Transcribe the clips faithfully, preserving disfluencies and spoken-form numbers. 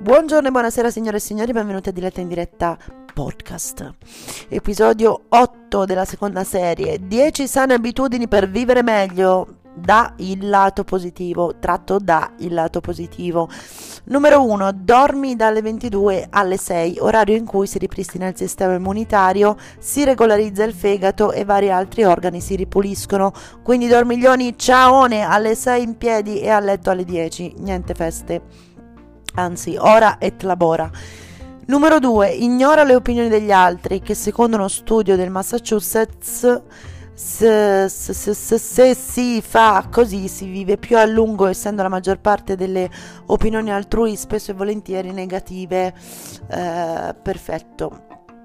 Buongiorno e buonasera signore e signori, benvenuti a Diletta in Diretta Podcast. Episodio otto della seconda serie, dieci sane abitudini per vivere meglio, da il lato positivo, tratto da il lato positivo. Numero uno, dormi dalle ventidue alle sei, orario in cui si ripristina il sistema immunitario, si regolarizza il fegato e vari altri organi si ripuliscono. Quindi dormiglioni, ciaone, alle sei in piedi e a letto alle dieci, niente feste. Anzi, ora et labora. Numero due, ignora le opinioni degli altri, che secondo uno studio del Massachusetts, se, se, se, se, se si fa così si vive più a lungo, essendo la maggior parte delle opinioni altrui spesso e volentieri negative. Eh, perfetto.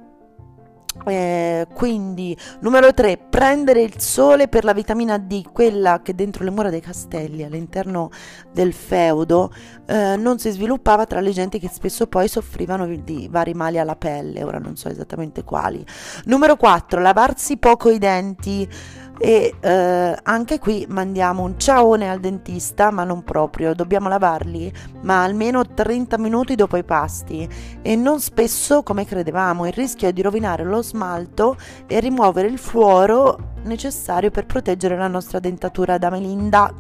Eh, quindi numero tre, prendere il sole per la vitamina D, quella che dentro le mura dei castelli all'interno del feudo eh, non si sviluppava tra le genti che spesso poi soffrivano di vari mali alla pelle, ora non so esattamente quali. Numero quattro, lavarsi poco i denti. E eh, anche qui mandiamo un ciaone al dentista, ma non proprio, dobbiamo lavarli ma almeno trenta minuti dopo i pasti e non spesso come credevamo. Il rischio è di rovinare lo smalto e rimuovere il fluoro necessario per proteggere la nostra dentatura da Melinda.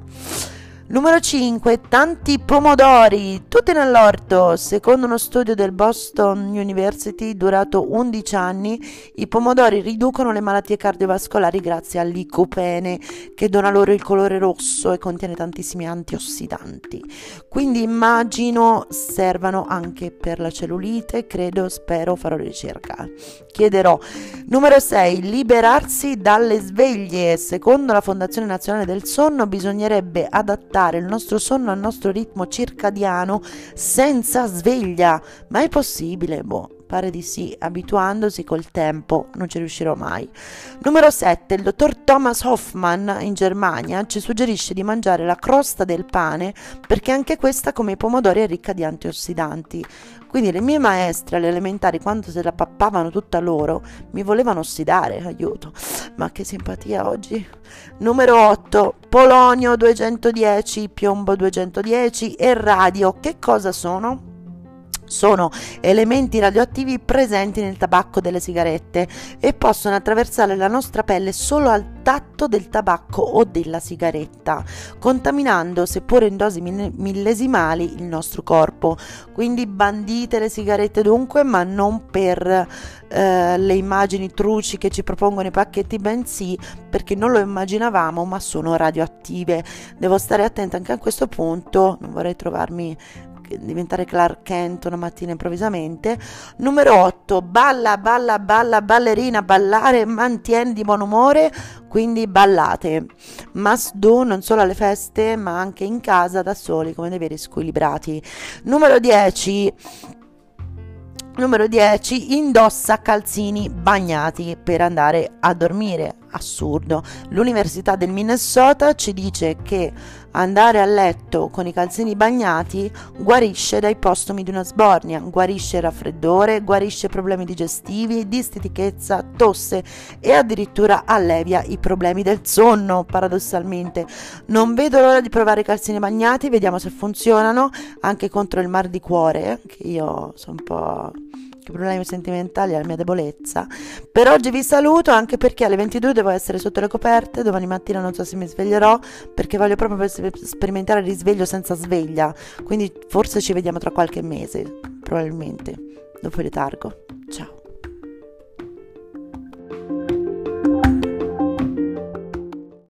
Numero cinque, tanti pomodori, tutti nell'orto. Secondo uno studio del Boston University durato undici anni, i pomodori riducono le malattie cardiovascolari grazie al licopene, che dona loro il colore rosso e contiene tantissimi antiossidanti. Quindi immagino servano anche per la cellulite, credo, spero, farò ricerca, chiederò. Numero sei, liberarsi dalle sveglie. Secondo la Fondazione Nazionale del Sonno bisognerebbe adattare il nostro sonno al nostro ritmo circadiano senza sveglia, ma è possibile? Boh, pare di sì, abituandosi col tempo non ci riuscirò mai. Numero sette, il dottor Thomas Hoffmann in Germania ci suggerisce di mangiare la crosta del pane perché anche questa, come i pomodori, è ricca di antiossidanti. Quindi le mie maestre alle elementari, quando se la pappavano tutta loro, mi volevano ossidare, aiuto, ma che simpatia oggi. Numero otto, polonio duecentodieci, piombo duecentodieci e radio. Che cosa sono? Sono elementi radioattivi presenti nel tabacco delle sigarette e possono attraversare la nostra pelle solo al tatto del tabacco o della sigaretta, contaminando, seppure in dosi millesimali, il nostro corpo. Quindi bandite le sigarette dunque, ma non per eh, le immagini truci che ci propongono i pacchetti, bensì perché non lo immaginavamo, ma sono radioattive. Devo stare attenta anche a questo punto, non vorrei trovarmi diventare Clark Kent una mattina improvvisamente. Numero otto, balla, balla, balla, ballerina, ballare mantiene di buon umore, quindi ballate. Must do non solo alle feste, ma anche in casa da soli come dei veri squilibrati. Numero dieci, Numero dieci, indossa calzini bagnati per andare a dormire. Assurdo. L'Università del Minnesota ci dice che andare a letto con i calzini bagnati guarisce dai postumi di una sbornia, guarisce il raffreddore, guarisce problemi digestivi, distitichezza, tosse e addirittura allevia i problemi del sonno, paradossalmente. Non vedo l'ora di provare i calzini bagnati, vediamo se funzionano anche contro il mal di cuore, che io sono un po' problemi sentimentali, è la mia debolezza. Per oggi vi saluto, anche perché alle ventidue devo essere sotto le coperte, domani mattina non so se mi sveglierò perché voglio proprio sperimentare il risveglio senza sveglia, quindi forse ci vediamo tra qualche mese, probabilmente dopo il letargo.